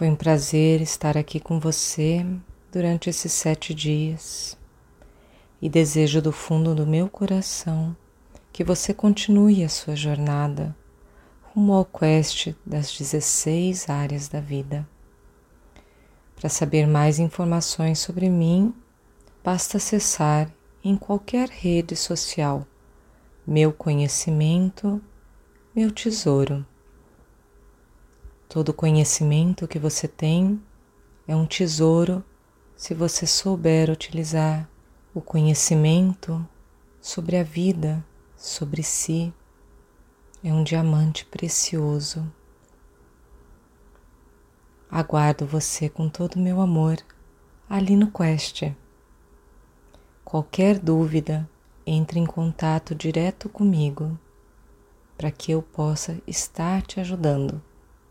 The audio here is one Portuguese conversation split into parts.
Foi um prazer estar aqui com você durante esses 7 dias e desejo do fundo do meu coração que você continue a sua jornada rumo ao quest das 16 áreas da vida. Para saber mais informações sobre mim, basta acessar em qualquer rede social Meu Conhecimento, Meu Tesouro. Todo conhecimento que você tem é um tesouro se você souber utilizar o conhecimento sobre a vida, sobre si. É um diamante precioso. Aguardo você com todo o meu amor ali no Quest. Qualquer dúvida, entre em contato direto comigo para que eu possa estar te ajudando.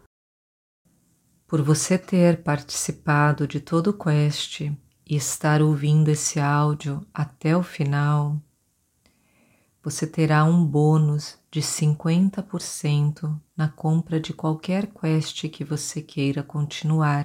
Por você ter participado de todo o Quest e estar ouvindo esse áudio até o final, você terá um bônus de 50% na compra de qualquer quest que você queira continuar.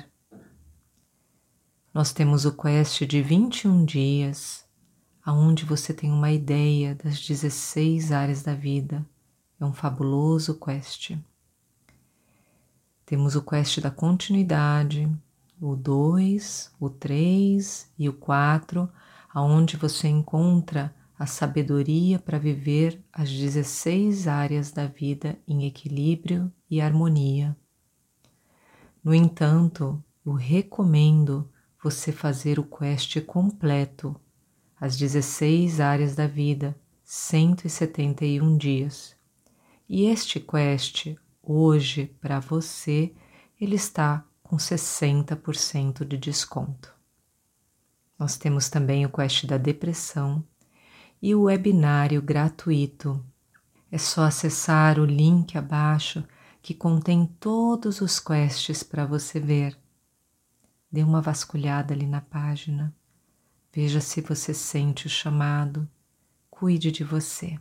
Nós temos o quest de 21 dias, onde você tem uma ideia das 16 áreas da vida. É um fabuloso quest. Temos o quest da continuidade, o 2, o 3 e o 4, onde você encontra a sabedoria para viver as 16 áreas da vida em equilíbrio e harmonia. No entanto, eu recomendo você fazer o quest completo, as 16 áreas da vida, 171 dias. E este quest, hoje, para você, ele está com 60% de desconto. Nós temos também o quest da depressão e o webinário gratuito. É só acessar o link abaixo que contém todos os quests para você ver. Dê uma vasculhada ali na página. Veja se você sente o chamado. Cuide de você.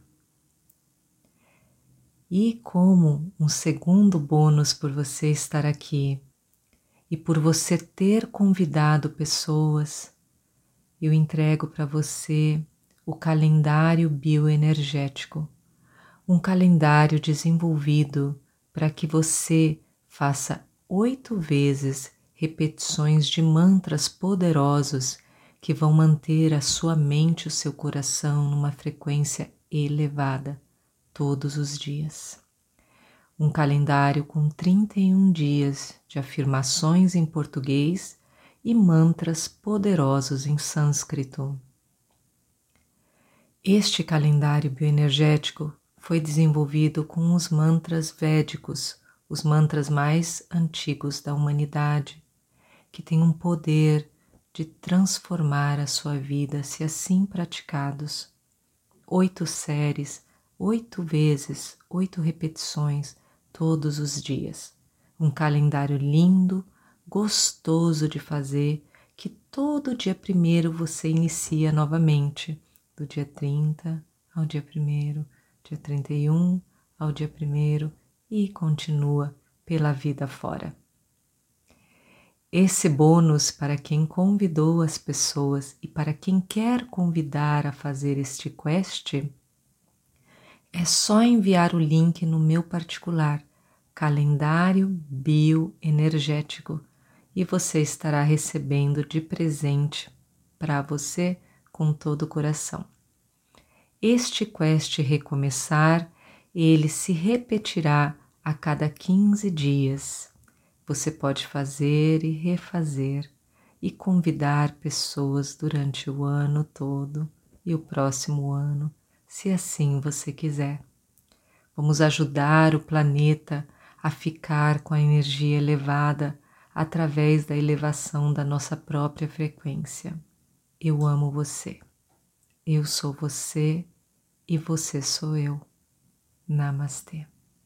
E como um segundo bônus por você estar aqui e por você ter convidado pessoas, eu entrego para você o calendário bioenergético, um calendário desenvolvido para que você faça 8 vezes repetições de mantras poderosos que vão manter a sua mente e o seu coração numa frequência elevada todos os dias. Um calendário com 31 dias de afirmações em português e mantras poderosos em sânscrito. Este calendário bioenergético foi desenvolvido com os mantras védicos, os mantras mais antigos da humanidade, que têm um poder de transformar a sua vida se assim praticados. 8 séries, 8 vezes, 8 repetições todos os dias. Um calendário lindo, gostoso de fazer, que todo dia 1º você inicia novamente, do dia 30 ao dia 1º, dia 31 ao dia 1º e continua pela vida fora. Esse bônus para quem convidou as pessoas e para quem quer convidar a fazer este quest, é só enviar o link no meu particular, calendário bioenergético, e você estará recebendo de presente para você com todo o coração. Este quest recomeçar, ele se repetirá a cada 15 dias. Você pode fazer e refazer e convidar pessoas durante o ano todo e o próximo ano, se assim você quiser. Vamos ajudar o planeta a ficar com a energia elevada através da elevação da nossa própria frequência. Eu amo você. Eu sou você e você sou eu. Namastê.